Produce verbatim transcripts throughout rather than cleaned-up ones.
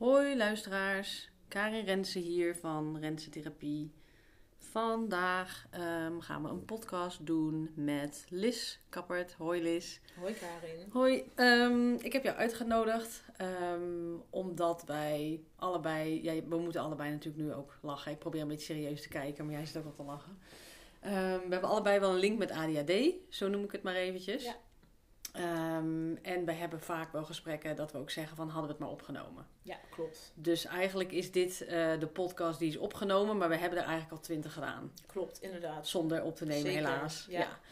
Hoi luisteraars, Karin Rense hier van Rense Therapie. Vandaag um, gaan we een podcast doen met Lis Kappert. Hoi Lis. Hoi Karin. Hoi, um, ik heb jou uitgenodigd um, omdat wij allebei, ja, we moeten allebei natuurlijk nu ook lachen. Ik probeer een beetje serieus te kijken, maar jij zit ook al te lachen. Um, we hebben allebei wel een link met A D H D, zo noem ik het maar eventjes. Ja. Um, en we hebben vaak wel gesprekken dat we ook zeggen van hadden we het maar opgenomen. Ja, klopt. Dus eigenlijk is dit uh, de podcast die is opgenomen, maar we hebben er eigenlijk al twintig gedaan. Klopt, inderdaad. Zonder op te nemen, Zeker, helaas. Ja. ja.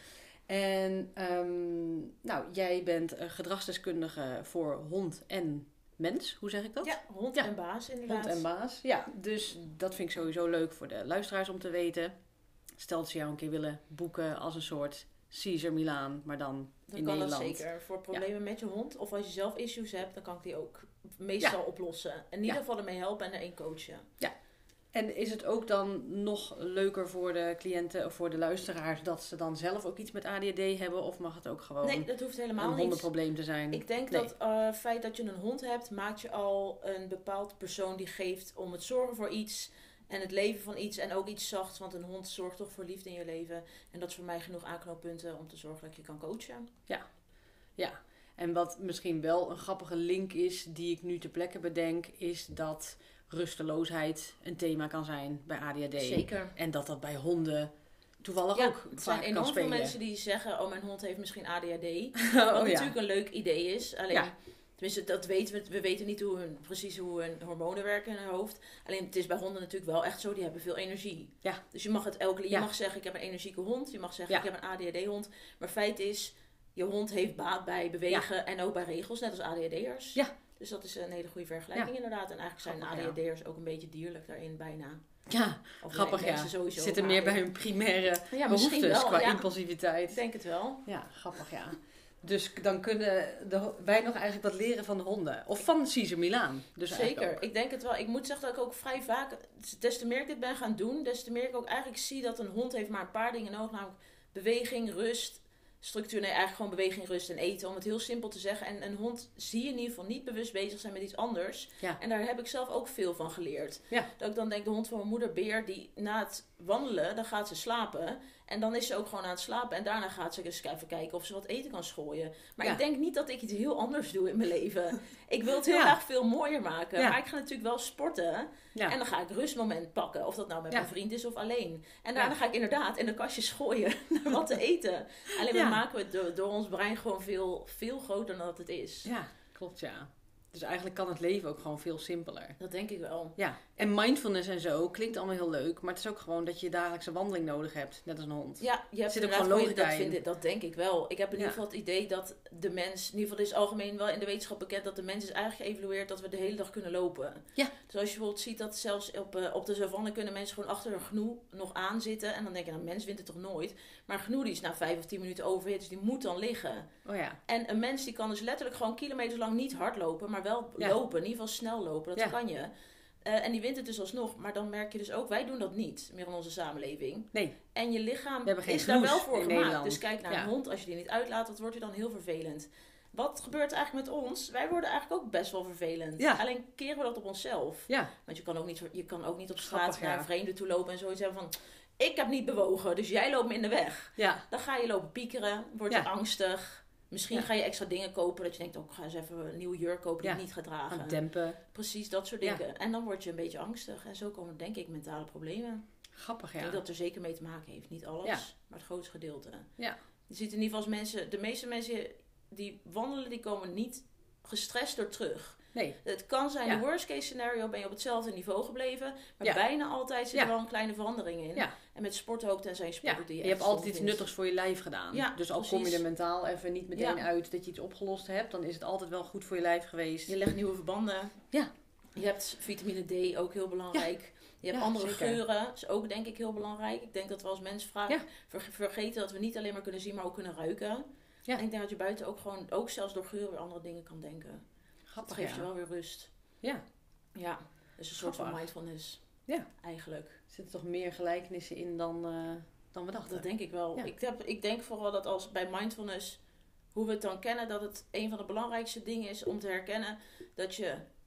En um, nou, jij bent uh, gedragsdeskundige voor hond en mens. Hoe zeg ik dat? Ja, hond ja. en baas inderdaad. Hond en baas, ja. Dus dat vind ik sowieso leuk voor de luisteraars om te weten. Stel dat ze jou een keer willen boeken als een soort Caesar Milaan, maar dan Dan in kan Nederland. dat zeker. Voor problemen ja. met je hond. Of als je zelf issues hebt, dan kan ik die ook meestal ja. oplossen. En in ieder ja. geval ermee helpen en erin coachen. Ja. En is het ook dan nog leuker voor de cliënten of voor de luisteraars dat ze dan zelf ook iets met A D H D hebben? Of mag het ook gewoon nee, dat hoeft helemaal een niet. hondenprobleem te zijn? Ik denk nee. dat het uh, feit dat je een hond hebt, maakt je al een bepaald persoon die geeft om het zorgen voor iets. En het leven van iets en ook iets zachts, want een hond zorgt toch voor liefde in je leven. En dat is voor mij genoeg aanknooppunten om te zorgen dat je kan coachen. Ja, ja. En wat misschien wel een grappige link is, die ik nu ter plekke bedenk, is dat rusteloosheid een thema kan zijn bij A D H D. Zeker. En dat dat bij honden toevallig ja, ook vaak kan spelen. Er zijn enorm veel mensen die zeggen, oh mijn hond heeft misschien A D H D. oh, Wat ja. natuurlijk een leuk idee is. Alleen, ja. tenminste, dat weten we. We weten niet hoe hun, precies hoe hun hormonen werken in hun hoofd. Alleen het is bij honden natuurlijk wel echt zo, die hebben veel energie. Ja. Dus je mag het elke, je ja. mag zeggen, ik heb een energieke hond. Je mag zeggen, ja. ik heb een A D H D hond. Maar feit is, je hond heeft baat bij bewegen ja. en ook bij regels, net als A D H D'ers. Ja. Dus dat is een hele goede vergelijking ja. inderdaad. En eigenlijk zijn grappig, A D H D'ers ja. ook een beetje dierlijk daarin bijna. Ja, of grappig ja. Sowieso zitten meer bij hun primaire ja, behoeftes wel, qua ja. impulsiviteit. Ik denk het wel. Ja, grappig ja. Dus dan kunnen de, wij nog eigenlijk wat leren van de honden. Of van Caesar Milaan. Dus zeker, ik denk het wel. Ik moet zeggen dat ik ook vrij vaak, des te meer ik dit ben gaan doen, des te meer ik ook eigenlijk zie dat een hond heeft maar een paar dingen nodig. Namelijk beweging, rust, structuur, nee eigenlijk gewoon beweging, rust en eten. Om het heel simpel te zeggen. En een hond zie je in ieder geval niet bewust bezig zijn met iets anders. Ja. En daar heb ik zelf ook veel van geleerd. Ja. Dat ik dan denk, de hond van mijn moeder Beer, die na het wandelen, dan gaat ze slapen. En dan is ze ook gewoon aan het slapen. En daarna gaat ze eens even kijken of ze wat eten kan schooien. Maar ja. ik denk niet dat ik iets heel anders doe in mijn leven. Ik wil het heel ja. graag veel mooier maken. Ja. Maar ik ga natuurlijk wel sporten. Ja. En dan ga ik rustmoment pakken. Of dat nou met ja. mijn vriend is of alleen. En daarna ja. ga ik inderdaad in de kastjes gooien naar wat te eten. Alleen ja. we maken het door, door ons brein gewoon veel, veel groter dan dat het is. Ja, klopt ja. Dus eigenlijk kan het leven ook gewoon veel simpeler. Dat denk ik wel. Ja, en mindfulness en zo klinkt allemaal heel leuk. Maar het is ook gewoon dat je dagelijkse wandeling nodig hebt. Net als een hond. Ja, je hebt zit ook gewoon logica dat, vind ik, dat denk ik wel. Ik heb in ja. ieder geval het idee dat de mens... In ieder geval is algemeen wel in de wetenschap bekend dat de mens is eigenlijk geëvalueerd dat we de hele dag kunnen lopen. Ja. Dus als je bijvoorbeeld ziet dat zelfs op, uh, op de savanne kunnen mensen gewoon achter een gnoe nog aanzitten. En dan denk je, nou, een mens wint het toch nooit. Maar een gnoe die is na vijf of tien minuten overhit, dus die moet dan liggen. Oh ja. En een mens die kan dus letterlijk gewoon kilometers lang niet hard lopen, maar wel ja. lopen. In ieder geval snel lopen, dat ja. kan je. Uh, en die wint het dus alsnog. Maar dan merk je dus ook, wij doen dat niet meer in onze samenleving. Nee. En je lichaam geen is daar wel voor gemaakt. Nederland. Dus kijk naar ja. een hond, als je die niet uitlaat, dat wordt je dan heel vervelend. Wat gebeurt eigenlijk met ons? Wij worden eigenlijk ook best wel vervelend. Ja. Alleen keren we dat op onszelf. Ja. Want je kan ook niet, je kan ook niet op straat Grappig, naar ja. een vreemde toe lopen en zoiets hebben van... Ik heb niet bewogen, dus jij loopt me in de weg. Ja. Dan ga je lopen piekeren, word je ja. angstig. Misschien ja. ga je extra dingen kopen dat je denkt, oh, ik ga eens even een nieuwe jurk kopen die ja. ik niet ga dragen. Aan dempen. Precies, dat soort dingen. Ja. En dan word je een beetje angstig. En zo komen denk ik mentale problemen. Grappig, ja. Ik denk dat het er zeker mee te maken heeft. Niet alles, ja. maar het grootste gedeelte. Ja. Je ziet in ieder geval als mensen, de meeste mensen die wandelen, die komen niet gestrest door terug. Nee. Het kan zijn, ja. de worst case scenario ben je op hetzelfde niveau gebleven. Maar ja. bijna altijd zit er ja. wel een kleine verandering in. Ja. En met sport ook, tenzij je sport ja. die je je hebt altijd iets vindt. nuttigs voor je lijf gedaan. Ja, dus al precies. kom je er mentaal even niet meteen ja. uit dat je iets opgelost hebt, dan is het altijd wel goed voor je lijf geweest. Je legt nieuwe verbanden. Ja. Je hebt vitamine D, ook heel belangrijk. Ja. Je hebt ja, andere zeker. geuren, dat is ook denk ik heel belangrijk. Ik denk dat we als mens vaak ja. vergeten dat we niet alleen maar kunnen zien, maar ook kunnen ruiken. Ja. En ik denk dat je buiten ook gewoon, ook zelfs door geuren, weer andere dingen kan denken. Grappig, dat geeft ja. je wel weer rust. Ja. Ja, dus een soort Grappig. van mindfulness. Ja. Eigenlijk. Er zitten toch meer gelijkenissen in dan, uh, dan we dachten. Dat denk ik wel. Ja. Ik, heb, ik denk vooral dat als bij mindfulness, hoe we het dan kennen, dat het een van de belangrijkste dingen is om te herkennen dat je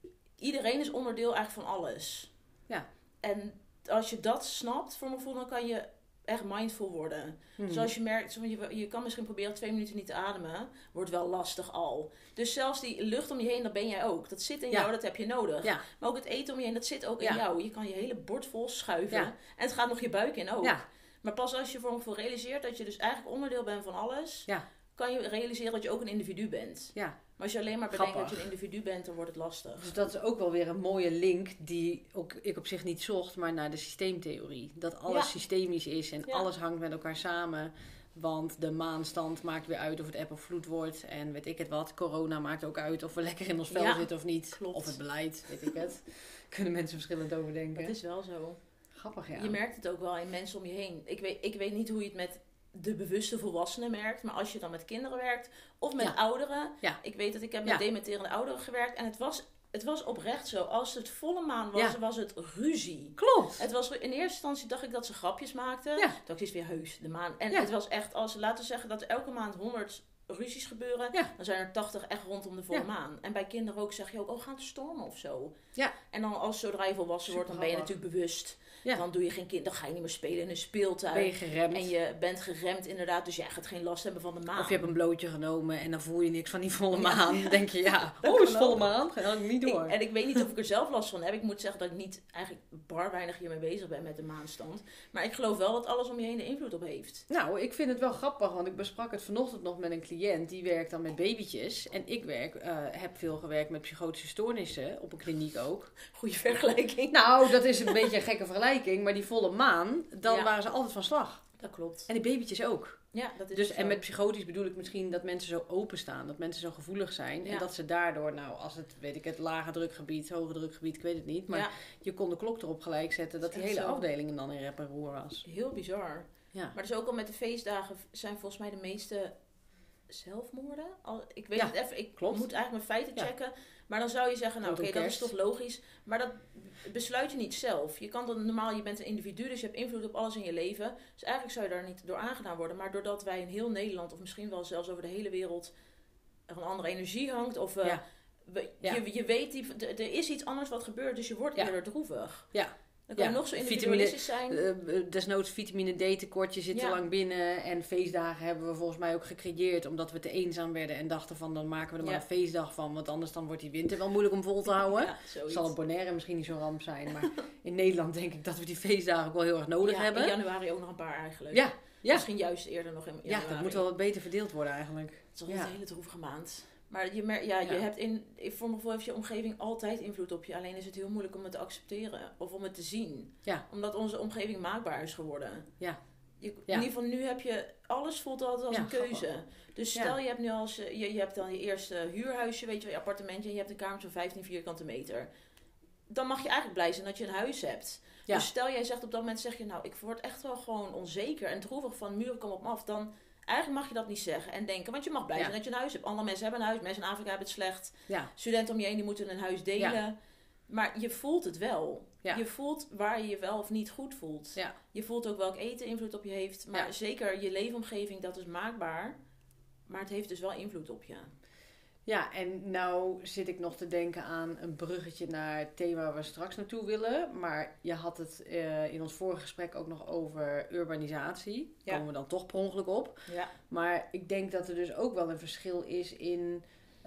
iedereen is onderdeel eigenlijk van alles. Ja. En als je dat snapt, voor mijn gevoel, dan kan je echt mindful worden. Hmm. Dus als je merkt, je, je kan misschien proberen twee minuten niet te ademen, wordt wel lastig al. Dus zelfs die lucht om je heen, dat ben jij ook. Dat zit in Ja. jou, dat heb je nodig. Ja. Maar ook het eten om je heen, dat zit ook in Ja. jou. Je kan je hele bord vol schuiven. Ja. En het gaat nog je buik in ook. Ja. Maar pas als je voor mijn gevoel realiseert dat je dus eigenlijk onderdeel bent van alles, Ja. kan je realiseren dat je ook een individu bent. Ja. Maar als je alleen maar bedenkt Grappig. dat je een individu bent, dan wordt het lastig. Dus dat is ook wel weer een mooie link die ook ik op zich niet zocht, maar naar de systeemtheorie. Dat alles Ja. systemisch is en Ja. alles hangt met elkaar samen. Want de maanstand maakt weer uit of het eb of vloed wordt. En weet ik het wat, corona maakt ook uit of we lekker in ons vel Ja, zitten of niet. klopt. Of het beleid, weet ik het. Kunnen mensen verschillend over denken. Dat is wel zo. Grappig, ja. Je merkt het ook wel in mensen om je heen. Ik weet, ik weet niet hoe je het met de bewuste volwassenen merkt. Maar als je dan met kinderen werkt of met Ja. ouderen. Ja. Ik weet dat ik heb met Ja. dementerende ouderen gewerkt. En het was, het was oprecht zo. Als het volle maan was, Ja. was het ruzie. Klopt. Het was, in eerste instantie dacht ik dat ze grapjes maakten. Ja. Toen dacht ik weer heus, de maan. En Ja. het was echt, als laten we zeggen dat er elke maand honderd ruzies gebeuren. Ja. Dan zijn er tachtig echt rondom de volle Ja. maan. En bij kinderen ook zeg je ook, oh gaat het stormen of zo. Ja. En dan als zodra je volwassen wordt, dan ben je Supergrappig. natuurlijk bewust. Ja. Dan doe je geen kind, dan ga je niet meer spelen in een speeltuin. Ben je geremd. En je bent geremd inderdaad, dus jij gaat geen last hebben van de maan. Of je hebt een blootje genomen en dan voel je niks van die volle Ja. maan. Dan denk je, ja, Dat oh, is kan volle ook. maan? Ga ik niet door. Ik- en ik weet niet of ik er zelf last van heb. Ik moet zeggen dat ik niet eigenlijk bar weinig hiermee bezig ben met de maanstand. Maar ik geloof wel dat alles om je heen er invloed op heeft. Nou, ik vind het wel grappig, want ik besprak het vanochtend nog met een cliënt. Die werkt dan met babytjes. En ik werk, eh, heb veel gewerkt met psychotische stoornissen, op een kliniek ook. Goede vergelijking. Nou, dat is een beetje een gekke vergelijking, maar die volle maan, dan Ja. waren ze altijd van slag. Dat klopt. En die babytjes ook. Ja, dat is Dus, zo. en met psychotisch bedoel ik misschien dat mensen zo openstaan, dat mensen zo gevoelig zijn. Ja. En dat ze daardoor, nou, als het, weet ik het, lage drukgebied, hoge drukgebied, ik weet het niet. Maar Ja, je kon de klok erop gelijk zetten dat Dat die is hele echt zo. afdeling dan in rep en roer was. heel bizar. Ja. Maar dus ook al met de feestdagen zijn volgens mij de meeste zelfmoorden. Al, ik weet Ja, het even, ik klopt. moet eigenlijk mijn feiten Ja. checken. Maar dan zou je zeggen, nou oké, Rondom dat is kerst. toch logisch. Maar dat besluit je niet zelf. Je kan dan normaal, je bent een individu, dus je hebt invloed op alles in je leven. Dus eigenlijk zou je daar niet door aangedaan worden. Maar doordat wij in heel Nederland, of misschien wel zelfs over de hele wereld, er een andere energie hangt. Of we, Ja. we- Ja. je, je weet, die, d- er is iets anders wat gebeurt, dus je wordt Ja. eerder droevig. Ja. Dan kan Ja. je nog zo Vitamine- individualistisch zijn. Eh, desnoods vitamine D tekort, je zit te Ja. lang binnen. En feestdagen hebben we volgens mij ook gecreëerd omdat we te eenzaam werden. En dachten van, dan maken we er maar Ja. een feestdag van. Want anders dan wordt die winter wel moeilijk om vol te houden. Ja, zoiets. Zal op Bonaire misschien niet zo'n ramp zijn. Maar in Nederland denk ik dat we die feestdagen ook wel heel erg nodig Ja, hebben. in januari ook nog een paar eigenlijk. Ja, ja. Misschien juist eerder nog in Ja, januari. dat moet wel wat beter verdeeld worden eigenlijk. Het is al Ja. een hele droevige maand. Maar je, mer- ja, je Ja. hebt in, voor mijn gevoel heeft je omgeving altijd invloed op je. Alleen is het heel moeilijk om het te accepteren of om het te zien. Ja. Omdat onze omgeving maakbaar is geworden. Ja. Je, Ja. In ieder geval nu heb je, alles voelt altijd als Ja, een keuze. grappig. Dus Ja. stel je hebt nu als, je, je hebt dan je eerste huurhuisje, weet je wel, je appartementje. En je hebt een kamertje van vijftien vierkante meter. Dan mag je eigenlijk blij zijn dat je een huis hebt. Ja. Dus stel jij zegt op dat moment, zeg je nou, ik word echt wel gewoon onzeker en droevig van muren komen op me af. Dan eigenlijk mag je dat niet zeggen en denken. Want je mag blij Ja. zijn dat je een huis hebt. Andere mensen hebben een huis, mensen in Afrika hebben het slecht. Ja. Studenten om je heen die moeten een huis delen. Ja. Maar je voelt het wel. Ja. Je voelt waar je je wel of niet goed voelt. Ja. Je voelt ook welk eten invloed op je heeft. Maar Ja. zeker je leefomgeving, dat is maakbaar. Maar het heeft dus wel invloed op je. Ja, en nou zit ik nog te denken aan een bruggetje naar het thema waar we straks naartoe willen. Maar je had het eh, in ons vorige gesprek ook nog over urbanisatie. Ja. Komen we dan toch per ongeluk op. Ja. Maar ik denk dat er dus ook wel een verschil is in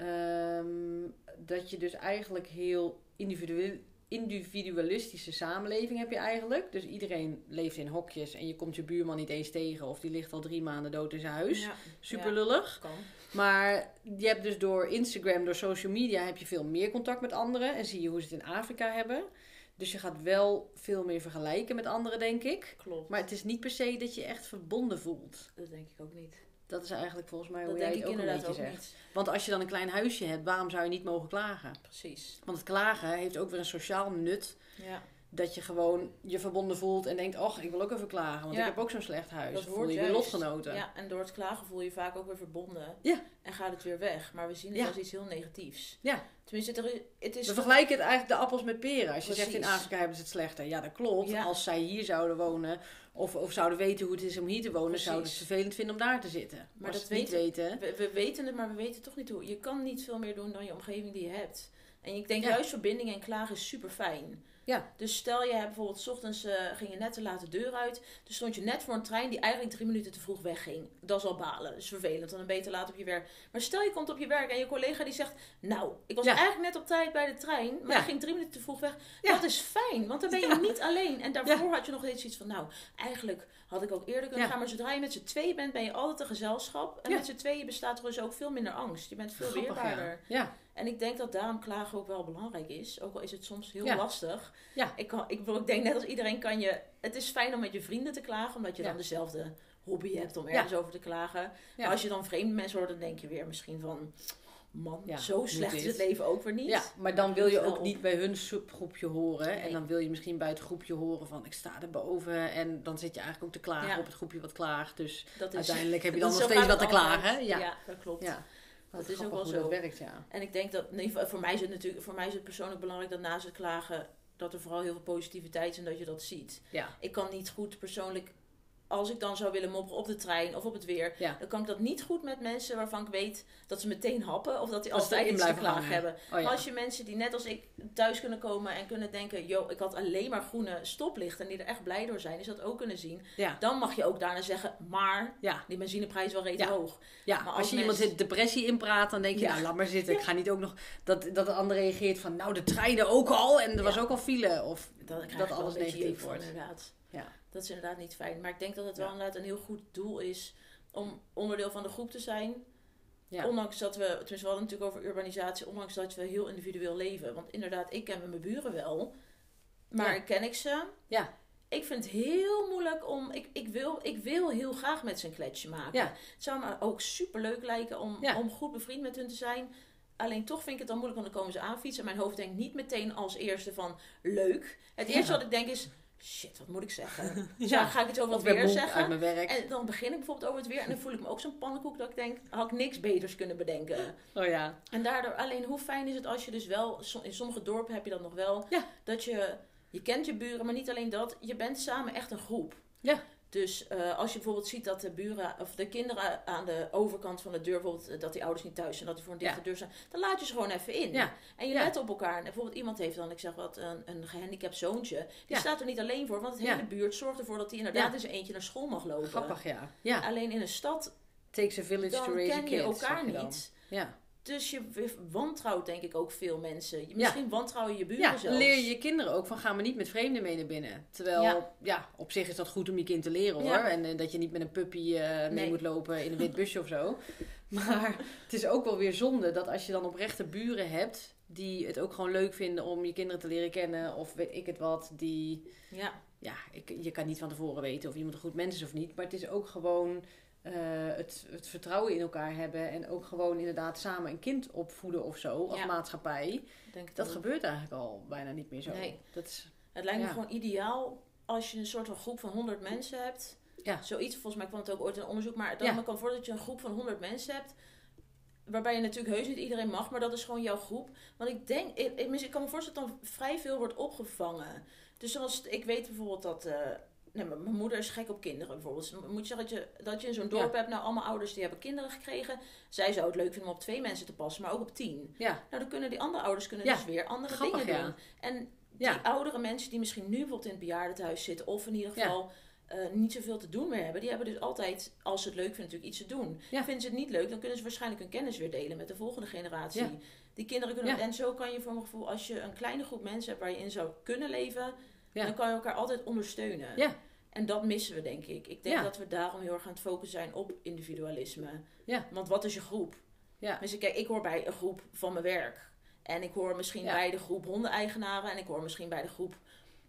ehm, dat je dus eigenlijk heel individueel, individualistische samenleving heb je eigenlijk. Dus iedereen leeft in hokjes en je komt je buurman niet eens tegen of die ligt al drie maanden dood in zijn huis. Ja. Super Ja. lullig. Kan. Maar je hebt dus door Instagram, door social media heb je veel meer contact met anderen en zie je hoe ze het in Afrika hebben. Dus je gaat wel veel meer vergelijken met anderen, denk ik. Klopt. Maar het is niet per se dat je echt verbonden voelt. Dat denk ik ook niet. Dat is eigenlijk volgens mij Dat hoe denk jij ik het ook een inderdaad beetje ook zegt. niet. Want als je dan een klein huisje hebt, waarom zou je niet mogen klagen? Precies. Want het klagen heeft ook weer een sociaal nut. Ja. Dat je gewoon je verbonden voelt en denkt, och, ik wil ook even klagen. Want Ja. ik heb ook zo'n slecht huis. Dat Voel hoort je weer juist. lotgenoten. Ja, en door het klagen voel je je vaak ook weer verbonden. Ja. En gaat het weer weg. Maar we zien het Ja. als iets heel negatiefs. Ja. Tenminste, er, het is... We vergelijken het eigenlijk de appels met peren. Als je zegt in Precies. Afrika hebben ze het slechter. Ja, dat klopt. Ja. Als zij hier zouden wonen Of, of zouden weten hoe het is om hier te wonen, Precies. zouden het vervelend vinden om daar te zitten. Maar Als dat ze het niet weten. We, we weten het, maar we weten toch niet hoe. Je kan niet veel meer doen dan je omgeving die je hebt. En ik denk Ja. juist verbinding en klagen is super fijn. Ja. Dus stel je hebt bijvoorbeeld 's ochtends uh, ging je net te laat de deur uit. Dus stond je net voor een trein die eigenlijk drie minuten te vroeg wegging. Dat is al balen. Dat is vervelend. Want dan ben je te laat op je werk. Maar stel je komt op je werk en je collega die zegt... Nou, ik was Ja. eigenlijk net op tijd bij de trein. Maar Ja. ik ging drie minuten te vroeg weg. Ja. Dat is fijn. Want dan ben je Ja. niet alleen. En daarvoor Ja. had je nog eens iets van... Nou, eigenlijk had ik ook eerder kunnen Ja. gaan. Maar zodra je met z'n tweeën bent, ben je altijd een gezelschap. En Ja. met z'n tweeën bestaat er dus ook veel minder angst. Je bent veel Grappig, weerbaarder. ja. Ja. En ik denk dat daarom klagen ook wel belangrijk is. Ook al is het soms heel Ja. lastig. Ja. Ik, kan, ik, ik denk net als iedereen kan je... Het is fijn om met je vrienden te klagen. Omdat je Ja. dan dezelfde hobby hebt om Ja. ergens over te klagen. Ja. Maar als je dan vreemde mensen hoort, dan denk je weer misschien van... Man, Ja, zo moet slecht is dit? het leven ook weer niet. Ja, maar dan het wil je lukt wel ook op. niet bij hun subgroepje horen. Nee. En dan wil je misschien bij het groepje horen van ik sta erboven. En dan zit je eigenlijk ook te klagen Ja. op het groepje wat klaagt. Dus Dat is, uiteindelijk heb je dat dan is- nog zo steeds gaat wat te het altijd. klagen. Ja, Ja, dat klopt. ja. Dat Wat is ook grappig wel hoe zo. dat werkt, ja. En ik denk dat, nee, voor mij is het natuurlijk, voor mij is het persoonlijk belangrijk dat naast het klagen, dat er vooral heel veel positiviteit is en dat je dat ziet. Ja, Ik kan niet goed persoonlijk, als ik dan zou willen mopperen op de trein of op het weer, ja. dan kan ik dat niet goed met mensen waarvan ik weet dat ze meteen happen of dat die Als ze altijd erin iets te blijven klagen hangen. hebben. Oh, ja. Maar als je mensen die net als ik thuis kunnen komen en kunnen denken, yo, ik had alleen maar groene stoplichten en die er echt blij door zijn, is dat ook kunnen zien. Ja, Dan mag je ook daarna zeggen, maar ja. die benzineprijs is wel redelijk Ja. hoog. Ja, Maar als, als je iemand mensen- zit depressie inpraat, dan denk je, Ja. nou laat maar zitten. Ik Ja. ga niet ook nog, dat, dat de ander reageert van, nou de treinen ook al. En er Ja. was ook al file. Of Dat, krijg dat ik wel alles een beetje negatief jeuk wordt. van, inderdaad. Ja. Dat is inderdaad niet fijn. Maar ik denk dat het wel Ja. inderdaad een heel goed doel is om onderdeel van de groep te zijn. Ja. Ondanks dat we, tenminste we hadden het natuurlijk over urbanisatie, ondanks dat we heel individueel leven. Want inderdaad, ik ken mijn buren wel, maar Ja. ken ik ze? Ja. Ik vind het heel moeilijk om, ik, ik, wil, ik wil heel graag met ze een kletsje maken. Ja. Het zou me ook super leuk lijken om, Ja. om goed bevriend met hun te zijn. Alleen toch vind ik het dan moeilijk, want dan komen ze aanfietsen. En mijn hoofd denkt niet meteen als eerste van leuk. Het Ja. eerste wat ik denk is, shit, wat moet ik zeggen? Ja. Ja. Ga ik iets over Of het ik ben weer moe uit zeggen? mijn werk. En dan begin ik bijvoorbeeld over het weer en dan voel ik me ook zo'n pannenkoek dat ik denk, had ik niks beters kunnen bedenken. Oh ja. En daardoor, alleen hoe fijn is het als je dus wel, som- in sommige dorpen heb je dat nog wel, Ja. dat je, je kent je buren, maar niet alleen dat, je bent samen echt een groep. Ja. Dus uh, als je bijvoorbeeld ziet dat de buren of de kinderen aan de overkant van de deur, bijvoorbeeld uh, dat die ouders niet thuis zijn, dat die voor een dichte Ja. deur staan, dan laat je ze gewoon even in. Ja. En je Ja. let op elkaar. En bijvoorbeeld iemand heeft dan, ik zeg wat, een, een gehandicapt zoontje. Die Ja. staat er niet alleen voor, want het Ja. hele buurt zorgt ervoor dat hij inderdaad Ja. in zijn eentje naar school mag lopen. Grappig, ja. Ja. Alleen in een stad, Takes a village dan to raise a ken kid. je elkaar zeg je dan. niet. Ja. Dus je wantrouwt denk ik ook veel mensen. Je- Misschien wantrouw je je buren Ja, zelfs. leer je je kinderen ook van ga maar niet met vreemden mee naar binnen. Terwijl, ja. Ja. op zich is dat goed om je kind te leren hoor. Ja. En uh, dat je niet met een puppy uh, mee Nee. moet lopen in een wit busje of zo. Maar het is ook wel weer zonde dat als je dan oprechte buren hebt die het ook gewoon leuk vinden om je kinderen te leren kennen of weet ik het wat, die, Ja. ja, ik, je kan niet van tevoren weten of iemand een goed mens is of niet. Maar het is ook gewoon uh, het, het vertrouwen in elkaar hebben en ook gewoon inderdaad samen een kind opvoeden of zo als Ja. maatschappij. Denk Dat ook. gebeurt eigenlijk al bijna niet meer zo. Nee. Dat is, Het lijkt me Ja. gewoon ideaal als je een soort van groep van honderd mensen hebt. Ja. Zoiets, volgens mij kwam het ook ooit in een onderzoek. Maar dan Ja. me kan voorstellen dat je een groep van honderd mensen hebt. Waarbij je natuurlijk heus niet iedereen mag, maar dat is gewoon jouw groep. Want ik denk, ik, ik, ik kan me voorstellen dat dan vrij veel wordt opgevangen. Dus zoals, ik weet bijvoorbeeld dat, uh, nee, mijn mijn moeder is gek op kinderen bijvoorbeeld. Dus moet je zeggen dat je, dat je in zo'n dorp Ja. hebt, nou allemaal ouders die hebben kinderen gekregen. Zij zou het leuk vinden om op twee mensen te passen, maar ook op tien. ja, Nou, dan kunnen die andere ouders kunnen Ja. dus weer andere Grappig, dingen ja. doen. En die ja, oudere mensen die misschien nu bijvoorbeeld in het bejaardentehuis zitten, of in ieder Ja. geval uh, niet zoveel te doen meer hebben, die hebben dus altijd, als ze het leuk vinden, natuurlijk iets te doen. Ja. Vinden ze het niet leuk, dan kunnen ze waarschijnlijk hun kennis weer delen met de volgende generatie. Ja. Die kinderen kunnen, Ja. en zo kan je voor mijn gevoel, als je een kleine groep mensen hebt waar je in zou kunnen leven, Ja. dan kan je elkaar altijd ondersteunen. Ja. En dat missen we, denk ik. Ik denk Ja. dat we daarom heel erg aan het focussen zijn op individualisme. Ja. Want wat is je groep? ja, Dus kijk, ik hoor bij een groep van mijn werk. En ik hoor misschien Ja. bij de groep hondeneigenaren. En ik hoor misschien bij de groep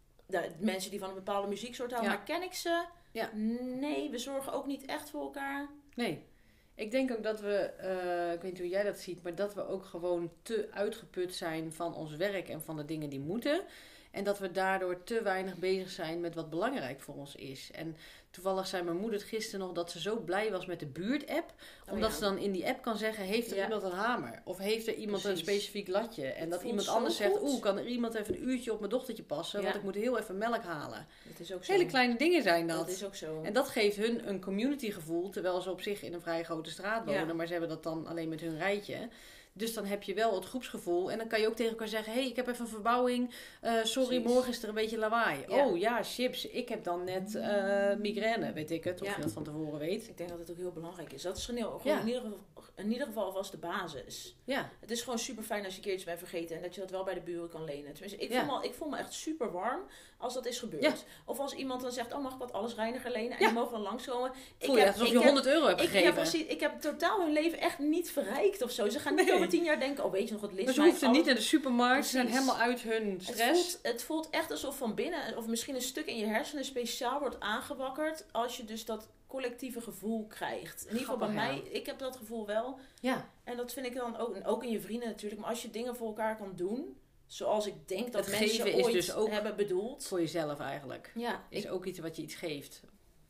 de mensen die van een bepaalde muzieksoort houden. Ja. Maar ken ik ze? Ja. Nee, we zorgen ook niet echt voor elkaar. nee. Ik denk ook dat we, uh, ik weet niet hoe jij dat ziet, maar dat we ook gewoon te uitgeput zijn van ons werk en van de dingen die moeten. En dat we daardoor te weinig bezig zijn met wat belangrijk voor ons is. En toevallig zei mijn moeder gisteren nog dat ze zo blij was met de buurt-app. Oh, omdat ja. ze dan in die app kan zeggen, heeft er Ja. iemand een hamer? Of heeft er iemand Precies. een specifiek latje? En Het dat voelt iemand zo anders zegt, goed. oeh, kan er iemand even een uurtje op mijn dochtertje passen? Ja. Want ik moet heel even melk halen. Dat is ook zo. Hele kleine dingen zijn dat. Dat is ook zo. En dat geeft hun een community gevoel, terwijl ze op zich in een vrij grote straat wonen. Ja. Maar ze hebben dat dan alleen met hun rijtje. Dus dan heb je wel het groepsgevoel. En dan kan je ook tegen elkaar zeggen, hé, hey, ik heb even een verbouwing. Uh, sorry, Precies. morgen is er een beetje lawaai. Ja. Oh ja, chips. Ik heb dan net uh, migraine, weet ik het. Of Ja. je dat van tevoren weet. Ik denk dat het ook heel belangrijk is. Dat is gewoon, heel, Ja. gewoon in, ieder geval, in ieder geval vast de basis. Ja. Het is gewoon super fijn als je een keer iets bent vergeten en dat je dat wel bij de buren kan lenen. Tenminste, ik, Ja. voel, me, ik voel me echt super warm als dat is gebeurd. Ja. Of als iemand dan zegt, oh mag ik wat allesreiniger lenen? En Ja. die mogen dan langskomen. Voel je alsof je honderd euro hebt ik, gegeven. Ja, precies. Ik heb totaal hun leven echt niet verrijkt of zo. Ze gaan niet Nee. over tien jaar denken, oh weet je nog wat Liz Maar ze mij hoefden alles- niet naar de supermarkt. Ze zijn Precies. helemaal uit hun Het stress. voelt, het voelt echt alsof van binnen, of misschien een stuk in je hersenen speciaal wordt aangewakkerd als je dus dat collectieve gevoel krijgt. In ieder geval bij Grappig, mij, ik heb dat gevoel wel. Ja. En dat vind ik dan ook, en ook in je vrienden natuurlijk, maar als je dingen voor elkaar kan doen, zoals ik denk dat Het mensen geven is ooit dus ook hebben bedoeld. Voor jezelf eigenlijk. Ja, Is ik, ook iets wat je iets geeft.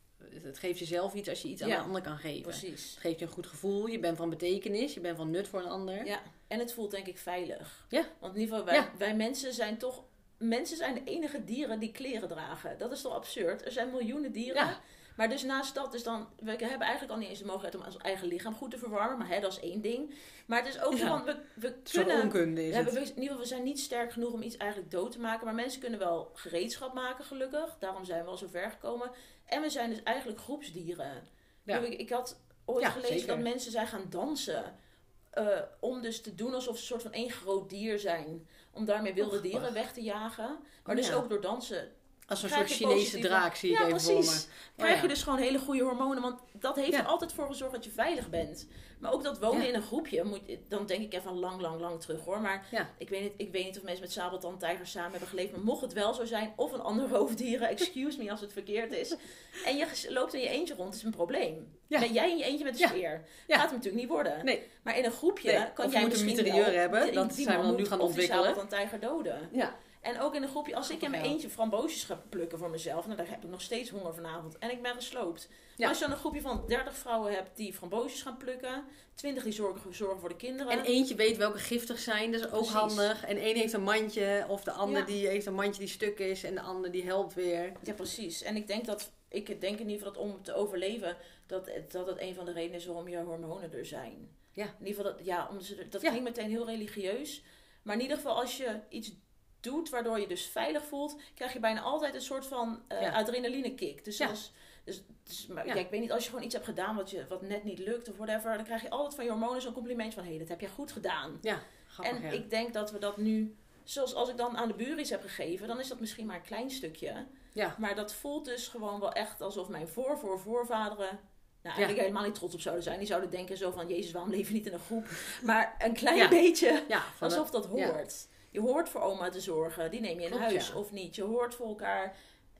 Het geeft jezelf iets als je iets aan Ja. de ander kan geven. precies. Het geeft je een goed gevoel. Je bent van betekenis. Je bent van nut voor een ander. Ja, en het voelt denk ik veilig. Ja. Want in ieder geval, wij, Ja. wij mensen zijn toch, mensen zijn de enige dieren die kleren dragen. Dat is toch absurd? Er zijn miljoenen dieren. Ja. Maar dus naast dat, dus dan, we hebben eigenlijk al niet eens de mogelijkheid om ons eigen lichaam goed te verwarmen. Maar hè, dat is één ding. Maar het is ook Ja. zo van, we, we Zo'n kunnen... onkunde is We, het. hebben, we, in ieder geval, we zijn niet sterk genoeg om iets eigenlijk dood te maken. Maar mensen kunnen wel gereedschap maken, gelukkig. Daarom zijn we al zo ver gekomen. En we zijn dus eigenlijk groepsdieren. Ja. Ik, ik had ooit Ja, gelezen zeker. dat mensen zijn gaan dansen. Uh, om dus te doen alsof ze een soort van één groot dier zijn. Om daarmee wilde Och, dieren och. weg te jagen. Maar Oh, dus ja. ook door dansen Als een krijg soort je Chinese positieve- draak zie ik Ja, even voor precies. me. Oh, krijg ja. je dus gewoon hele goede hormonen. Want dat heeft Ja. er altijd voor gezorgd dat je veilig bent. Maar ook dat wonen Ja. in een groepje. Moet, dan denk ik even lang, lang, lang terug hoor. Maar Ja. ik weet, niet, ik weet niet of mensen met sabeltandtijgers samen hebben geleefd. Maar mocht het wel zo zijn. Of een ander roofdieren. Excuse me als het verkeerd is. En je loopt in je eentje rond. is een probleem. Ja. Ben jij in je eentje met een Ja. speer. Ja. Gaat hem natuurlijk niet worden. Nee. Maar in een groepje Nee. kan Of je jij moet een misschien mitrailleur wel hebben. die- Dat die zijn we man nu moet- gaan of die ontwikkelen. sabeltandtijger doden. Ja. En ook in een groepje, als ik in mijn Ja. eentje framboosjes ga plukken voor mezelf, nou, daar heb ik nog steeds honger vanavond. En ik ben gesloopt. Maar Ja. als je dan een groepje van dertig vrouwen hebt die framboosjes gaan plukken, twintig die zorgen, zorgen voor de kinderen. En eentje weet welke giftig zijn, dat is ook Precies. handig. En één heeft een mandje, of de ander Ja. die heeft een mandje die stuk is en de ander die helpt weer. Ja, precies. En ik denk dat, ik denk in ieder geval dat om te overleven, dat, dat het een van de redenen is waarom je hormonen er zijn. Ja. In ieder geval, dat, ja, omdat ze, dat Ja. klinkt meteen heel religieus. Maar in ieder geval, als je iets doet waardoor je dus veilig voelt, krijg je bijna altijd een soort van uh, Ja. adrenaline kick. Dus, Ja. als, dus, dus maar, Ja. ja, ik weet niet, als je gewoon iets hebt gedaan wat, je, wat net niet lukt of whatever, dan krijg je altijd van je hormonen zo'n complimentje van, hé, hey, dat heb je goed gedaan. Ja, grappig, En ja. ik denk dat we dat nu, zoals als ik dan aan de buren iets heb gegeven, dan is dat misschien maar een klein stukje. Ja. Maar dat voelt dus gewoon wel echt alsof mijn voor, voor, voorvaderen, nou eigenlijk helemaal niet trots op zouden zijn. Die zouden denken zo van, Jezus, waarom leven we niet in een groep? Maar een klein Ja. beetje Ja, van alsof dat ja. hoort. Je hoort voor oma te zorgen, die neem je in Klopt, huis ja. of niet. Je hoort voor elkaar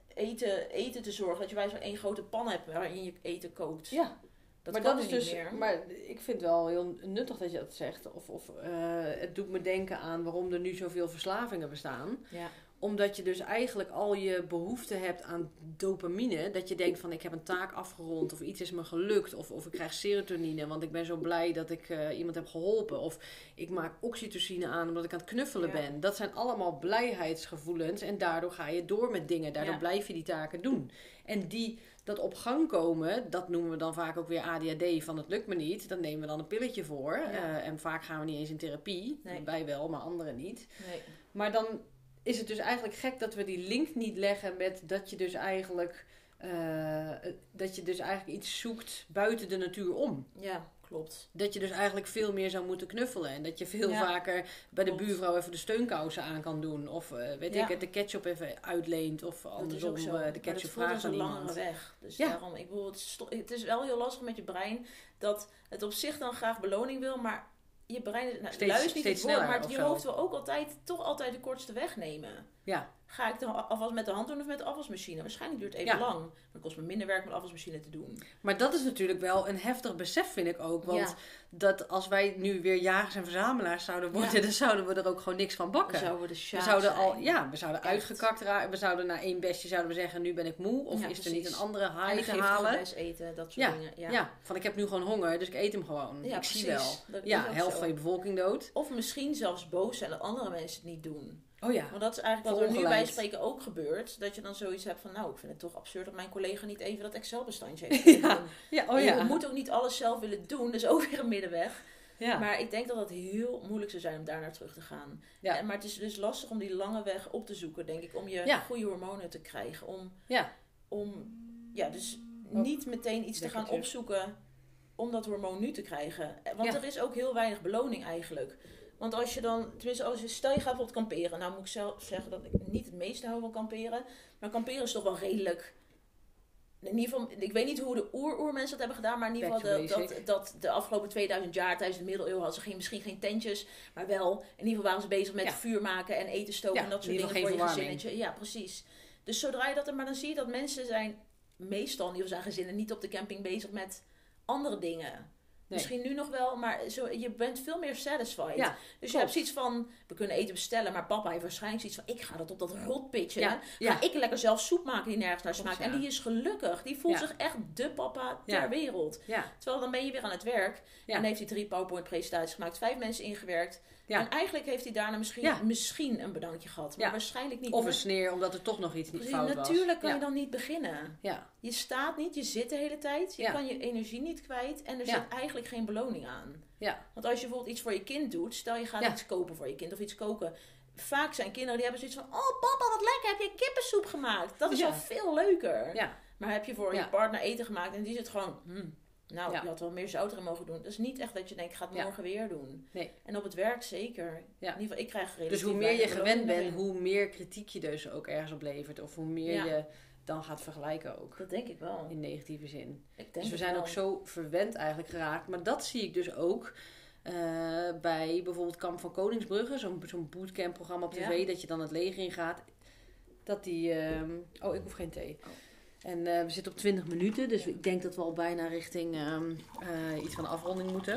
eten, eten te zorgen, dat je bij zo'n één grote pan hebt waarin je eten kookt. Ja. Dat maar kan dat nu is niet dus, meer. maar ik vind het wel heel nuttig dat je dat zegt. Of, of uh, het doet me denken aan waarom er nu zoveel verslavingen bestaan. Ja. Omdat je dus eigenlijk al je behoefte hebt aan dopamine. Dat je denkt van ik heb een taak afgerond of iets is me gelukt. Of, of ik krijg serotonine want ik ben zo blij dat ik uh, iemand heb geholpen. Of ik maak oxytocine aan omdat ik aan het knuffelen Ja. ben. Dat zijn allemaal blijheidsgevoelens. En daardoor ga je door met dingen. Daardoor Ja. blijf je die taken doen. En die, dat op gang komen, dat noemen we dan vaak ook weer A D H D van het lukt me niet. Dan nemen we dan een pilletje voor. Ja. Uh, en vaak gaan we niet eens in therapie. Nee. Wij wel, maar anderen niet. Nee. Maar dan is het dus eigenlijk gek dat we die link niet leggen met dat je dus eigenlijk, uh, dat je dus eigenlijk iets zoekt buiten de natuur om. Ja, klopt. Dat je dus eigenlijk veel meer zou moeten knuffelen. En dat je veel Ja, vaker bij de klopt. buurvrouw even de steunkousen aan kan doen. Of uh, weet Ja. ik het, de ketchup even uitleent. Of Dat is andersom ook zo. uh, Maar de dat ketchup voelt als vraagt een aan langere iemand. weg. Dus Ja. daarom, ik bedoel, het, is, sto- het is wel heel lastig met je brein dat het op zich dan graag beloning wil, maar je brein is, nou, Steeds- lui is niet steeds het woord, sneller maar of je zo. hoofd wil ook altijd, toch altijd de kortste weg nemen. Ja. Ga ik de afwas met de hand doen of met de afwasmachine? Waarschijnlijk duurt het even ja. lang. Maar het kost me minder werk om de afwasmachine te doen. Maar dat is natuurlijk wel een heftig besef, vind ik ook. Want ja. dat als wij nu weer jagers en verzamelaars zouden worden, ja. dan zouden we er ook gewoon niks van bakken. Dan zouden we de sjaak we zouden zijn. al, Ja, we zouden Echt. uitgekakt raken. We zouden na één bestje zouden we zeggen, nu ben ik moe. Of ja, is er niet een andere haai te halen? Best eten, dat soort ja. dingen. Ja. ja, van ik heb nu gewoon honger, dus ik eet hem gewoon. Ja, ik precies. zie wel. Dat ja, helft zo. van je bevolking dood. Of misschien zelfs boos zijn dat andere mensen het niet doen. Oh ja. Want dat is eigenlijk wat er nu bij spreken ook gebeurt. Dat je dan zoiets hebt van, nou, ik vind het toch absurd dat mijn collega niet even dat Excel-bestandje heeft kunnen ja. doen. Ja, oh ja. Je moet ook niet alles zelf willen doen, dus ook weer een middenweg. Ja. Maar ik denk dat het heel moeilijk zou zijn om daar naar terug te gaan. Ja. En, maar het is dus lastig om die lange weg op te zoeken, denk ik. Om je ja. goede hormonen te krijgen. Om, ja. om ja, dus oh. niet meteen iets te gaan opzoeken om dat hormoon nu te krijgen. Want ja. er is ook heel weinig beloning eigenlijk. Want als je dan, tenminste als je, stel je gaat bijvoorbeeld kamperen. Nou moet ik zelf zeggen dat ik niet het meeste hou van kamperen. Maar kamperen is toch wel redelijk. In ieder geval, ik weet niet hoe de oer-oer-mensen dat hebben gedaan. Maar in ieder geval de, dat, dat de afgelopen tweeduizend jaar tijdens de middeleeuwen hadden ze geen, misschien geen tentjes. Maar wel, in ieder geval waren ze bezig met ja. vuur maken en eten stoken. Ja, en dat soort dingen voor je gezinnetje. Ja, precies. Dus zodra je dat er, maar dan zie je dat mensen zijn meestal, in ieder geval zijn gezinnen, niet op de camping bezig met andere dingen. Nee. Misschien nu nog wel, maar zo, je bent veel meer satisfied. Ja, dus klopt. Je hebt zoiets van, we kunnen eten bestellen, maar papa heeft waarschijnlijk zoiets van, ik ga dat op dat rotpitje. Ja, ja. Ga ik lekker zelf soep maken die nergens naar smaakt. Ja. En die is gelukkig. Die voelt ja. zich echt de papa ter ja. wereld. Ja. Terwijl dan ben je weer aan het werk. Ja. En heeft hij drie PowerPoint presentaties gemaakt, vijf mensen ingewerkt. Ja. En eigenlijk heeft hij daarna misschien, ja. misschien een bedankje gehad. Maar ja. waarschijnlijk niet. Of een sneer, omdat er toch nog iets niet fout was. Natuurlijk kan ja. je dan niet beginnen. Ja. Je staat niet, je zit de hele tijd. Je ja. kan je energie niet kwijt. En er ja. zit eigenlijk geen beloning aan. Ja. Want als je bijvoorbeeld iets voor je kind doet. Stel je gaat ja. iets kopen voor je kind of iets koken. Vaak zijn kinderen die hebben zoiets van, oh papa wat lekker, heb je kippensoep gemaakt. Dat is ja. al veel leuker. Ja. Maar heb je voor ja. je partner eten gemaakt en die zit gewoon... Hmm, Nou, ja. je had wel meer zout erin mogen doen. Dat is niet echt dat je denkt, ik ga het ja. morgen weer doen. Nee. En op het werk zeker. Ja. In ieder geval, ik krijg relatief. Dus hoe meer je gewend bent, hoe meer kritiek je dus ook ergens op levert. Of hoe meer ja. je dan gaat vergelijken ook. Dat denk ik wel. In negatieve zin. Ik denk dus we zijn wel. ook zo verwend eigenlijk geraakt. Maar dat zie ik dus ook uh, bij bijvoorbeeld Kamp van Koningsbrugge. Zo'n, zo'n bootcamp programma op tv. Ja. Dat je dan het leger ingaat. Dat die... Uh, oh, ik hoef geen thee. Oh. En uh, we zitten op twintig minuten, dus ik denk dat we al bijna richting um, uh, iets van de afronding moeten.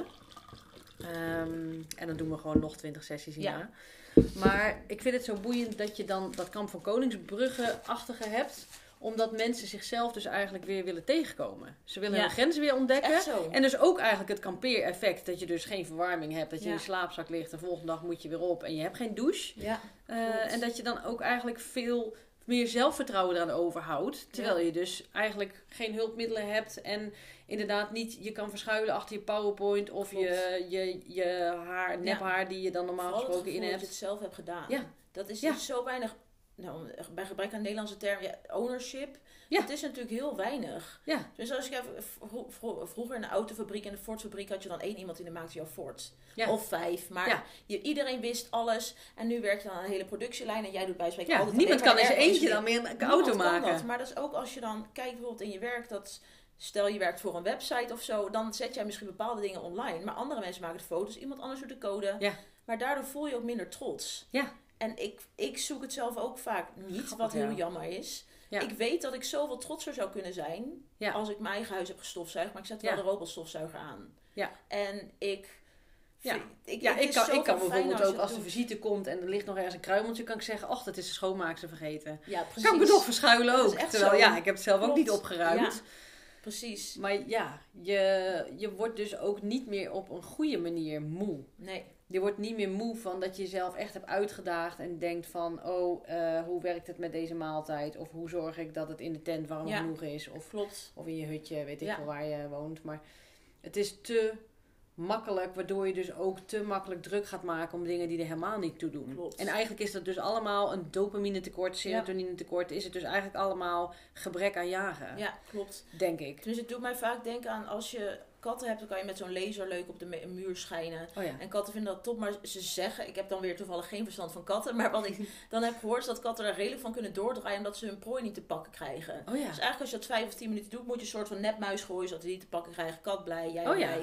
Um, en dan doen we gewoon nog twintig sessies hierna. Ja. Maar ik vind het zo boeiend dat je dan dat Kamp van Koningsbrugge-achtige hebt. Omdat mensen zichzelf dus eigenlijk weer willen tegenkomen. Ze willen ja. hun grenzen weer ontdekken. En dus ook eigenlijk het kampeereffect. Dat je dus geen verwarming hebt. Dat je ja. in je slaapzak ligt. De volgende dag moet je weer op. En je hebt geen douche. Ja, uh, en dat je dan ook eigenlijk veel... meer zelfvertrouwen eraan overhoudt. Terwijl ja. je dus eigenlijk geen hulpmiddelen hebt. En inderdaad niet je kan verschuilen achter je PowerPoint. Of je, je, je haar, nephaar ja. die je dan normaal Vooral gesproken in hebt. dat je het zelf hebt gedaan. Ja. Dat is ja. dus zo weinig... Nou, bij gebrek aan Nederlandse term, ja, ownership. Ja. Het is natuurlijk heel weinig. Ja. Dus als ik even, vro- vro- vroeger in de autofabriek en de Ford-fabriek had je dan één iemand die de maakte jouw Ford. Ja. Of vijf. Maar ja. je, iedereen wist alles. En nu werkt je dan een hele productielijn en jij doet bij spreken ja, altijd... Niemand kan in zijn eentje dan meer een auto maken. Dat. Maar dat is ook als je dan kijkt bijvoorbeeld in je werk, dat... Stel je werkt voor een website of zo, dan zet jij misschien bepaalde dingen online. Maar andere mensen maken de foto's, iemand anders doet de code. Ja. Maar daardoor voel je ook minder trots. Ja. En ik, ik zoek het zelf ook vaak niet, Grappig, wat heel ja. jammer is. Ja. Ik weet dat ik zoveel trotser zou kunnen zijn ja. als ik mijn eigen huis heb gestofzuigd. Maar ik zet wel ja. de robotstofzuiger aan. Ja. En ik... Ja, ik, ja, ik kan, ik kan bijvoorbeeld ook als de visite komt en er ligt nog ergens een kruimeltje, kan ik zeggen, ach, dat is de schoonmaakster vergeten. Ja, precies. Kan ik me nog verschuilen ook. Terwijl, zo. ja, ik heb het zelf Klopt. ook niet opgeruimd. Ja. Precies. Maar ja, je, je wordt dus ook niet meer op een goede manier moe. Nee. Je wordt niet meer moe van dat je jezelf echt hebt uitgedaagd en denkt van, oh, uh, hoe werkt het met deze maaltijd? Of hoe zorg ik dat het in de tent warm ja. genoeg is? Of, Klopt. of in je hutje, weet ik ja. veel waar je woont. Maar het is te makkelijk, waardoor je dus ook te makkelijk druk gaat maken om dingen die er helemaal niet toe doen. Klopt. En eigenlijk is dat dus allemaal een dopamine tekort, serotonine tekort. Is het dus eigenlijk allemaal gebrek aan jagen. Ja, klopt. Denk ik. Dus het doet mij vaak denken aan als je katten hebt, dan kan je met zo'n laserleuk op de me- muur schijnen. Oh ja. En katten vinden dat top, maar ze zeggen, ik heb dan weer toevallig geen verstand van katten, maar wat ik dan heb gehoord is dat katten er redelijk van kunnen doordraaien omdat ze hun prooi niet te pakken krijgen. Oh ja. Dus eigenlijk als je dat vijf of tien minuten doet, moet je een soort van nepmuis gooien zodat ze die te pakken krijgen. Kat blij, jij oh blij. Ja.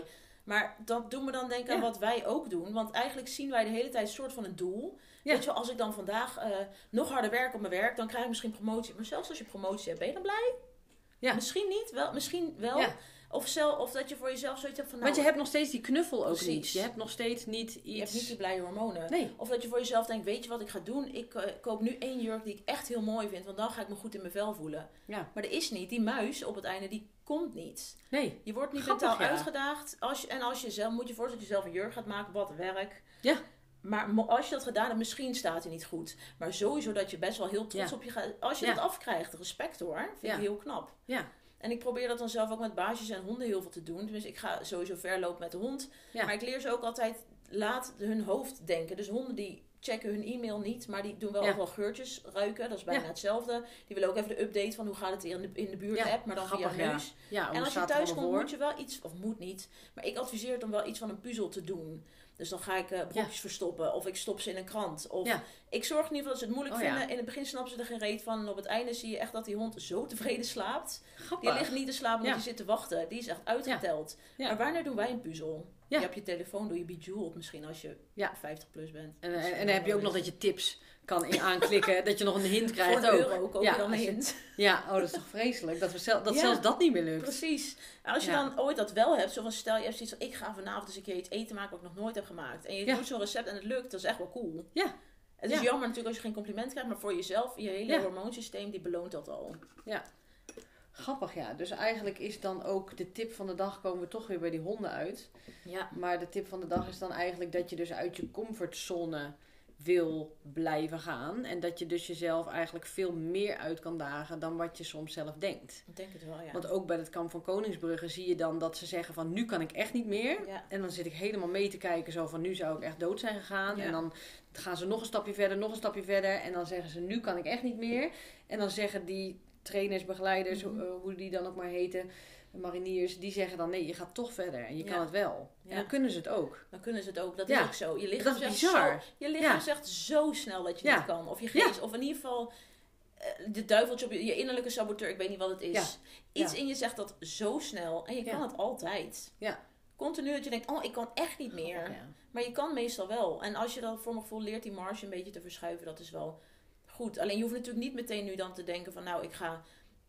Maar dat doen we dan denken aan Ja. wat wij ook doen. Want eigenlijk zien wij de hele tijd een soort van een doel. Ja. Weet je wel, als ik dan vandaag uh, nog harder werk op mijn werk, dan krijg ik misschien promotie. Maar zelfs als je promotie hebt, ben je dan blij? Ja. Misschien niet, wel, misschien wel. Ja. Of, zelf, of dat je voor jezelf zoiets hebt van... Nou, want je hebt nog steeds die knuffel ook precies. niet. Je hebt nog steeds niet iets... Je hebt niet die blije hormonen. Nee. Of dat je voor jezelf denkt, weet je wat ik ga doen? Ik uh, koop nu één jurk die ik echt heel mooi vind. Want dan ga ik me goed in mijn vel voelen. Ja. Maar er is niet. Die muis op het einde, die komt niet. Nee. Je wordt niet Grappig, mentaal ja. uitgedaagd. Als je, en als je zelf, moet je voorstellen dat je zelf een jurk gaat maken, wat werk. Ja. Maar als je dat gedaan hebt, misschien staat hij niet goed. Maar sowieso dat je best wel heel trots ja. op je gaat. Als je ja. dat afkrijgt, respect hoor. Vind ja. ik heel knap. Ja. En ik probeer dat dan zelf ook met baasjes en honden heel veel te doen. Dus ik ga sowieso ver lopen met de hond. Ja. Maar ik leer ze ook altijd, laat hun hoofd denken. Dus honden die checken hun e-mail niet, maar die doen wel ja. ook wel geurtjes ruiken. Dat is bijna ja. hetzelfde. Die willen ook even de update van hoe gaat het in de, in de buurt ja. app, maar dan Grappig, via neus. Ja. Ja, en als je thuis komt, moet je wel iets, of moet niet, maar ik adviseer dan wel iets van een puzzel te doen. Dus dan ga ik uh, brokjes ja. verstoppen. Of ik stop ze in een krant. Of ja. ik zorg in ieder geval dat ze het moeilijk oh, vinden. Ja. In het begin snappen ze er geen reet van. En op het einde zie je echt dat die hond zo tevreden slaapt. Grappig. Die ligt niet te slapen, want ja. die zit te wachten. Die is echt uitgeteld. Ja. Ja. Maar wanneer doen wij een puzzel? Ja. Je hebt je telefoon, doe je Bejeweled misschien als je ja. vijftig plus bent. En, en, en dan heb je ook nog dat je tips kan in aanklikken. Dat je nog een hint krijgt. Voor een ook. euro koop ja, je dan een je, hint. Ja, oh, dat is toch vreselijk. Dat, we zel, dat ja. zelfs dat niet meer lukt. Precies. En als je ja. dan ooit dat wel hebt. Zo van stel je hebt zoiets van ik ga vanavond eens een keer iets eten maken wat ik nog nooit heb gemaakt. En je ja. doet zo'n recept en het lukt. Dat is echt wel cool. Ja. Het is ja. jammer natuurlijk als je geen compliment krijgt. Maar voor jezelf, je hele ja. hormoonsysteem die beloont dat al. Ja. Grappig, ja. Dus eigenlijk is dan ook de tip van de dag, komen we toch weer bij die honden uit. Ja. Maar de tip van de dag is dan eigenlijk dat je dus uit je comfortzone wil blijven gaan. En dat je dus jezelf eigenlijk veel meer uit kan dagen dan wat je soms zelf denkt. Ik denk het wel, ja. Want ook bij het kamp van Koningsbrugge zie je dan dat ze zeggen van nu kan ik echt niet meer. Ja. En dan zit ik helemaal mee te kijken zo van nu zou ik echt dood zijn gegaan. Ja. En dan gaan ze nog een stapje verder, nog een stapje verder. En dan zeggen ze nu kan ik echt niet meer. En dan zeggen die trainers, begeleiders, mm-hmm. uh, hoe die dan ook maar heten, mariniers, die zeggen dan nee, je gaat toch verder en je ja. kan het wel. Ja. En dan kunnen ze het ook. Dan kunnen ze het ook, dat ja. is ook zo. Je lichaam, dat is zegt, bizar. Zo, je lichaam ja. zegt zo snel dat je ja. niet kan. Of je geest, ja. of in ieder geval uh, de duiveltje op je, je innerlijke saboteur, ik weet niet wat het is. Ja. Iets ja. in je zegt dat zo snel en je kan het altijd. Ja. Continu dat je denkt, oh ik kan echt niet meer. Oh, ja. Maar je kan meestal wel. En als je dat voor mijn gevoel leert die marge een beetje te verschuiven, dat is wel goed. Alleen je hoeft natuurlijk niet meteen nu dan te denken van nou ik ga...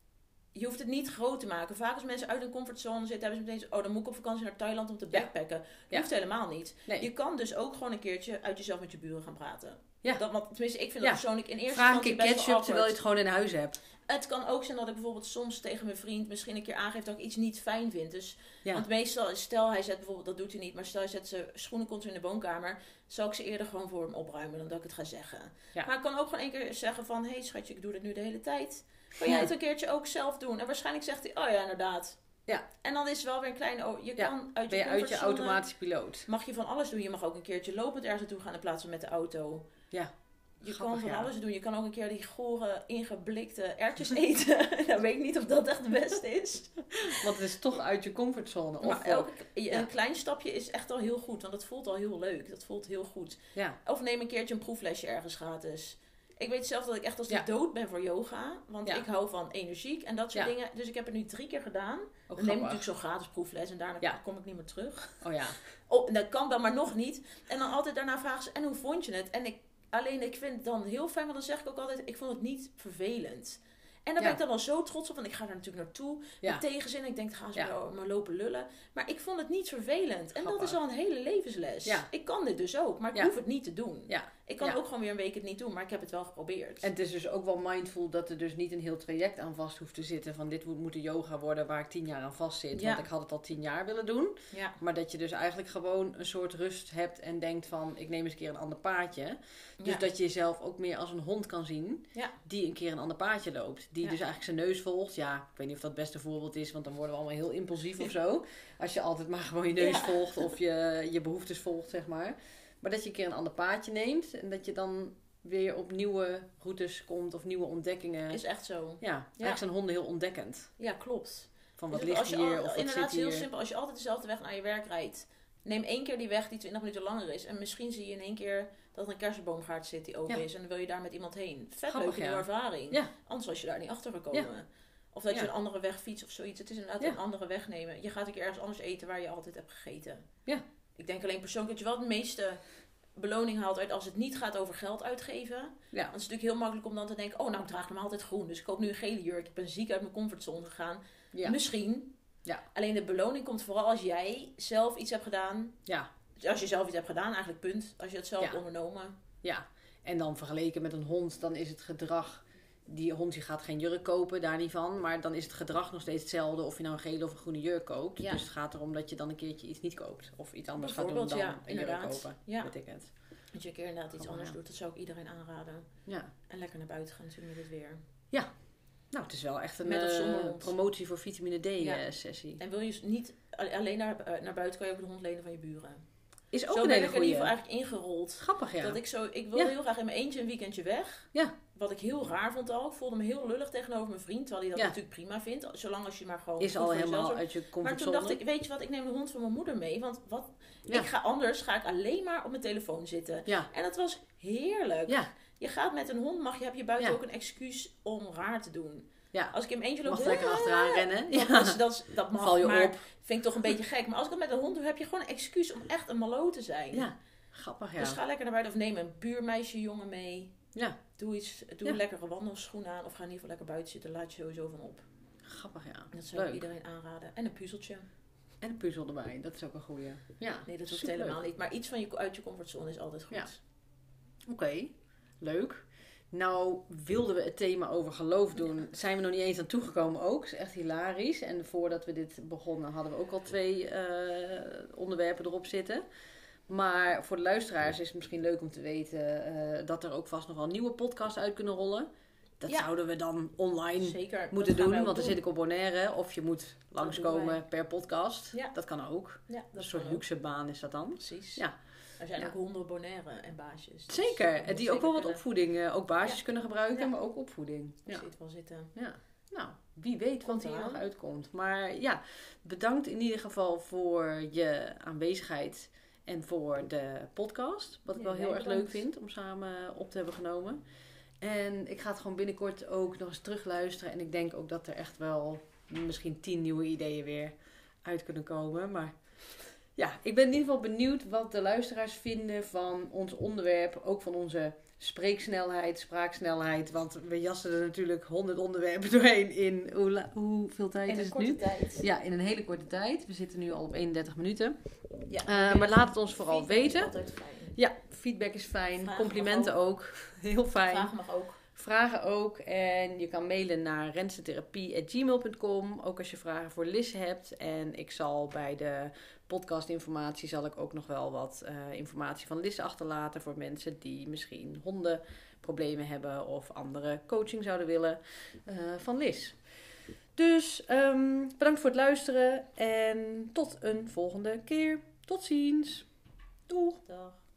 Je hoeft het niet groot te maken. Vaak als mensen uit een comfortzone zitten, hebben ze meteen zo, oh, dan moet ik op vakantie naar Thailand om te backpacken. Dat ja. hoeft helemaal niet. Nee. Je kan dus ook gewoon een keertje uit jezelf met je buren gaan praten. Ja. Dat, want, tenminste, ik vind ja. dat persoonlijk in eerste Vraag instantie een keer best ketchup wel terwijl je het gewoon in huis hebt. Het kan ook zijn dat ik bijvoorbeeld soms tegen mijn vriend misschien een keer aangeef dat ik iets niet fijn vind. Dus, ja. Want meestal, stel hij zet bijvoorbeeld, dat doet hij niet, maar stel hij zet zijn schoenen continu in de woonkamer, zal ik ze eerder gewoon voor hem opruimen dan dat ik het ga zeggen. Ja. Maar ik kan ook gewoon één keer zeggen van, hé hey, schatje, ik doe dit nu de hele tijd. Kan jij het een keertje ook zelf doen? En waarschijnlijk zegt hij, oh ja, inderdaad. Ja. En dan is het wel weer een kleine... Oh, je ja. kan uit je, ben je uit je automatische piloot. Mag je van alles doen. Je mag ook een keertje lopend ergens naartoe gaan in plaats van met de auto. Ja. Je Grappig, kan van ja. alles doen. Je kan ook een keer die gore, ingeblikte erwtjes eten. Dan weet ik niet of dat echt het beste is. Want het is toch uit je comfortzone. Of maar elke, een ja. klein stapje is echt al heel goed. Want dat voelt al heel leuk. Dat voelt heel goed. Ja. Of neem een keertje een proeflesje ergens gratis. Ik weet zelf dat ik echt als ja. ik dood ben voor yoga. Want ja. ik hou van energiek en dat soort ja. dingen. Dus ik heb het nu drie keer gedaan. Oh, dan neem ik natuurlijk zo'n gratis proefles. En daarna ja. kom ik niet meer terug. Oh ja. Oh, dat kan wel, maar nog niet. En dan altijd daarna vragen ze, en hoe vond je het? En ik, alleen ik vind het dan heel fijn. Want dan zeg ik ook altijd, ik vond het niet vervelend. En daar ja. ben ik dan wel zo trots op. Want ik ga daar natuurlijk naartoe. Ja. Met tegenzin. Ik denk, gaan ze ja. maar lopen lullen. Maar ik vond het niet vervelend. En Grappig. Dat is al een hele levensles. Ja. Ik kan dit dus ook. Maar ik ja. hoef het niet te doen. Ja. Ik kan ja. ook gewoon weer een week het niet doen. Maar ik heb het wel geprobeerd. En het is dus ook wel mindful dat er dus niet een heel traject aan vast hoeft te zitten. Van dit moet een yoga worden waar ik tien jaar aan vast zit. Ja. Want ik had het al tien jaar willen doen. Ja. Maar dat je dus eigenlijk gewoon een soort rust hebt. En denkt van ik neem eens een keer een ander paadje. Dus Ja. dat je jezelf ook meer als een hond kan zien. Ja. Die een keer een ander paadje loopt. Die Ja. dus eigenlijk zijn neus volgt. Ja, ik weet niet of dat het beste voorbeeld is. Want dan worden we allemaal heel impulsief of zo. Als je altijd maar gewoon je neus Ja. volgt. Of je, je behoeftes volgt, zeg maar. Maar dat je een keer een ander paadje neemt. En dat je dan weer op nieuwe routes komt. Of nieuwe ontdekkingen. Is echt zo. Ja, eigenlijk zijn honden heel ontdekkend. Ja, klopt. Van wat Dus ligt als je hier al, of wat inderdaad, zit hier. heel simpel. Als je altijd dezelfde weg naar je werk rijdt. Neem één keer die weg die twintig minuten langer is. En misschien zie je in één keer dat er een kersenboomgaard zit die open Ja. is. En dan wil je daar met iemand heen. Vet Grappig, leuke nieuwe ja. ervaring. Ja. Anders was je daar niet achter gekomen. Ja. Of dat Ja. je een andere weg fietst of zoiets. Het is inderdaad Ja. een andere weg nemen. Je gaat een keer ergens anders eten waar je altijd hebt gegeten. Ja. Ik denk alleen persoonlijk dat je wel het meeste beloning haalt uit als het niet gaat over geld uitgeven. Ja. Want het is natuurlijk heel makkelijk om dan te denken, oh nou ik draag normaal altijd groen. Dus ik koop nu een gele jurk. Ik ben ziek uit mijn comfortzone gegaan. Ja. Misschien. Ja. Alleen de beloning komt vooral als jij zelf iets hebt gedaan. Ja. Dus als je zelf iets hebt gedaan, eigenlijk punt. Als je het zelf Ja. hebt ondernomen. Ja. En dan vergeleken met een hond, dan is het gedrag... Die hond die gaat geen jurk kopen, daar niet van. Maar dan is het gedrag nog steeds hetzelfde of je nou een gele of een groene jurk koopt. Ja. Dus het gaat erom dat je dan een keertje iets niet koopt. Of iets anders gaat doen Bijvoorbeeld, dan ja, een jurk inderdaad. kopen. Ja. Weet ik het. Dat je een keer inderdaad iets Oh, anders ja. doet. Dat zou ik iedereen aanraden. Ja. En lekker naar buiten gaan natuurlijk met het weer. Nou, het is wel echt een Met of zonder eh, hond. promotie voor vitamine D Ja. eh, sessie. En wil je niet alleen naar, eh, naar buiten, kan je ook een hond lenen van je buren. Is ook Zo een ben hele ik er in ieder goeie. geval eigenlijk ingerold. Grappig, ja. Dat ik zo, ik wilde Ja. heel graag in mijn eentje een weekendje weg. Ja. Wat ik heel raar vond al. Ik voelde me heel lullig tegenover mijn vriend. Terwijl hij dat Ja. natuurlijk prima vindt. Zolang als je maar gewoon Is goed al voor jezelf helemaal zorgt. uit je Maar comfortzone. toen dacht ik, weet je wat, ik neem de hond van mijn moeder mee. Want wat, Ja. ik ga anders ga ik alleen maar op mijn telefoon zitten. Ja. En dat was heerlijk. Ja. Je gaat met een hond, mag je, heb je buiten Ja. ook een excuus om raar te doen. Ja. Als ik in mijn eentje Je loop, mag lekker "Ah", achteraan rennen. Dat, Ja. is, dat, is- dat mag, Val je maar op. vind ik toch een beetje gek. Maar als ik dat met een hond doe, heb je gewoon een excuus om echt een malo te zijn. Ja. Grappig, ja. Dus ga lekker naar buiten of neem een buurmeisje jongen mee. Ja. Doe, iets, doe Ja. een lekkere wandelschoen aan of ga in ieder geval lekker buiten zitten. Laat je sowieso van op. Grappig, ja. Dat zou ik Leuk. iedereen aanraden. En een puzzeltje. En een puzzel erbij. Dat is ook een goeie. Ja. Nee, dat hoeft superleuk. helemaal niet. Maar iets van je, uit je comfortzone is altijd goed. Ja. Oké. Leuk. Nou, wilden we het thema over geloof doen, zijn we nog niet eens aan toegekomen ook. Dat is echt hilarisch. En voordat we dit begonnen hadden we ook al twee eh, onderwerpen erop zitten. Maar voor de luisteraars is het misschien leuk om te weten eh, dat er ook vast nog wel nieuwe podcasts uit kunnen rollen. Dat Ja. zouden we dan online Zeker. dat moeten gaan wij doen, ook want dan zit ik op Bonaire. Of je moet doen langskomen wij. per podcast. Ja. Dat kan ook. Ja, dat Een is soort ook. luxe baan is dat dan. Precies. Ja. Er zijn Ja. ook honden, bonaire en baasjes. Dus Zeker. dat En moet die ook wel zeker wat kunnen. opvoeding, eh, ook baasjes Ja. kunnen gebruiken, Ja. maar ook opvoeding. Ik Ja. zie het wel zitten. Ja. Nou, wie weet wat Komt hier eraan. nog uitkomt. Maar ja, bedankt in ieder geval voor je aanwezigheid en voor de podcast. Wat ik Ja, wel heel jij erg leuk bedankt. vind om samen op te hebben genomen. En ik ga het gewoon binnenkort ook nog eens terugluisteren. En ik denk ook dat er echt wel misschien tien nieuwe ideeën weer uit kunnen komen. Maar ja, ik ben in ieder geval benieuwd wat de luisteraars vinden van ons onderwerp. Ook van onze spreeksnelheid, spraaksnelheid. Want we jassen er natuurlijk honderd onderwerpen doorheen in hoe la- hoeveel tijd In is een het korte nu? tijd. Ja, in een hele korte tijd. We zitten nu al op eenendertig minuten. Ja. Eh, maar laat het ons vooral Feedback is weten. altijd fijn. Ja, feedback is fijn. Vragen Complimenten mag ook. Heel fijn. Vragen mag ook. Vragen ook. En je kan mailen naar rensetherapie at gmail punt com. Ook als je vragen voor Liz hebt. En ik zal bij de podcastinformatie zal ik ook nog wel wat eh, informatie van Liz achterlaten. Voor mensen die misschien hondenproblemen hebben. Of andere coaching zouden willen eh, van Liz. Dus ehm, bedankt voor het luisteren. En tot een volgende keer. Tot ziens. Doeg. Dag.